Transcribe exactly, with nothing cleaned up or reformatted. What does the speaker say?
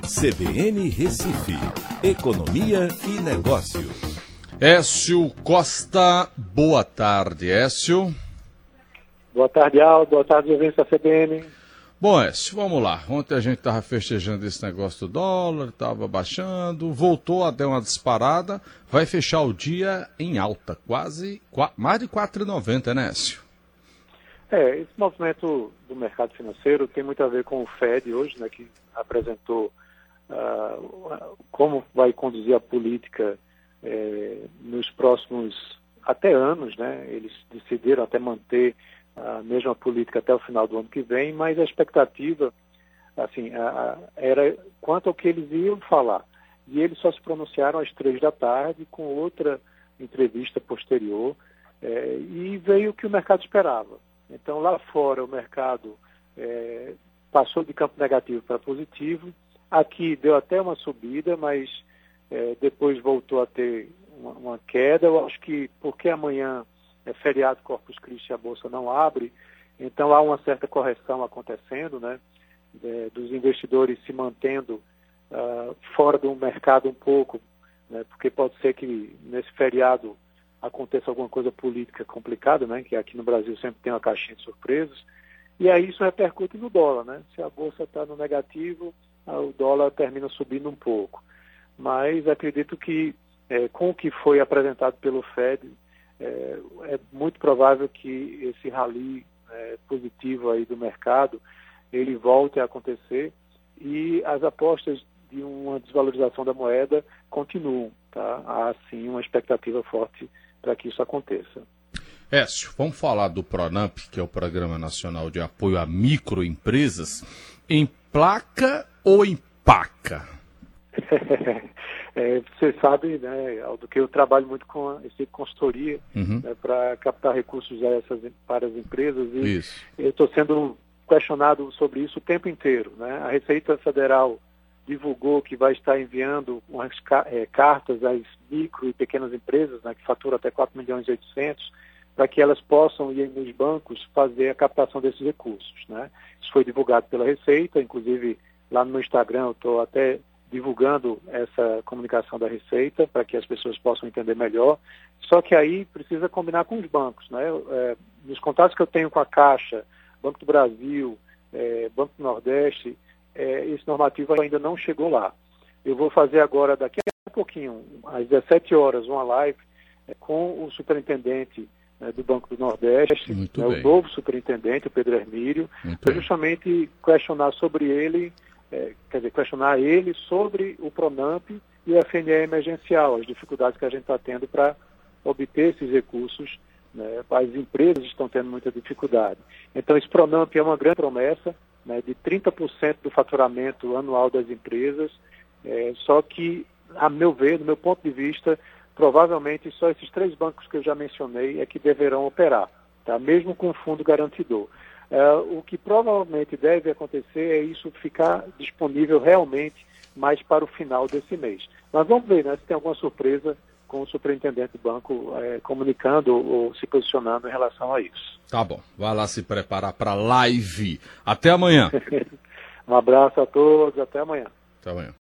C B N Recife, Economia e Negócios. Écio Costa, boa tarde, Écio. Boa tarde, Aldo. Boa tarde, ouvintes da C B N. Bom, Écio, vamos lá. Ontem a gente estava festejando esse negócio do dólar, estava baixando, voltou a dar uma disparada, vai fechar o dia em alta, quase, mais de quatro reais e noventa, né, Écio? É, esse movimento do mercado financeiro tem muito a ver com o Fed hoje, né, que apresentou uh, como vai conduzir a política é, nos próximos até anos, né? Eles decidiram até manter a mesma política até o final do ano que vem, mas a expectativa, assim, a, a, era quanto ao que eles iam falar. E eles só se pronunciaram às três da tarde com outra entrevista posterior é, e veio o que o mercado esperava. Então, lá fora, o mercado é, passou de campo negativo para positivo. Aqui deu até uma subida, mas é, depois voltou a ter uma, uma queda. Eu acho que porque amanhã é feriado Corpus Christi e a Bolsa não abre, então há uma certa correção acontecendo, né, é, dos investidores se mantendo uh, fora do mercado um pouco, né, porque pode ser que nesse feriado aconteça alguma coisa política complicada, né, que aqui no Brasil sempre tem uma caixinha de surpresas, e aí isso repercute no dólar, né? Se a Bolsa está no negativo, o dólar termina subindo um pouco. Mas acredito que é, com o que foi apresentado pelo Fed, é, é muito provável que esse rally é, positivo aí do mercado, ele volte a acontecer e as apostas de uma desvalorização da moeda continuam, tá? Há sim uma expectativa forte para que isso aconteça. Écio, vamos falar do PRONAMP, que é o Programa Nacional de Apoio a Microempresas. Emplaca ou empaca? é, você sabe, né, Aldo, que eu trabalho muito com esse tipo de consultoria, uhum. né, para captar recursos a essas, para as empresas e isso. eu estou sendo questionado sobre isso o tempo inteiro, né? A Receita Federal divulgou que vai estar enviando umas é, cartas às micro e pequenas empresas, né, que faturam até quatro milhões e oitocentos, para que elas possam ir nos bancos fazer a captação desses recursos, né? Isso foi divulgado pela Receita, inclusive lá no meu Instagram eu estou até divulgando essa comunicação da Receita para que as pessoas possam entender melhor. Só que aí precisa combinar com os bancos, né? É, nos contatos que eu tenho com a Caixa, Banco do Brasil, é, Banco do Nordeste, É, esse normativo ainda não chegou lá. Eu vou fazer agora, daqui a pouquinho, às dezessete horas, uma live é, com o superintendente né, do Banco do Nordeste, né, o novo superintendente, o Pedro Hermílio, para justamente questionar sobre ele, é, quer dizer, questionar ele sobre o PRONAMP e o F N E emergencial, as dificuldades que a gente está tendo para obter esses recursos, né, as empresas estão tendo muita dificuldade. Então, esse PRONAMP é uma grande promessa, né, de trinta por cento do faturamento anual das empresas, é, só que, a meu ver, do meu ponto de vista, provavelmente só esses três bancos que eu já mencionei é que deverão operar, tá? Mesmo com fundo garantidor. É, o que provavelmente deve acontecer é isso ficar disponível realmente mais para o final desse mês. Mas vamos ver, né, se tem alguma surpresa com o superintendente do banco é, comunicando ou, ou se posicionando em relação a isso. Tá bom, vai lá se preparar para a live. Até amanhã. Um abraço a todos, até amanhã. Até amanhã.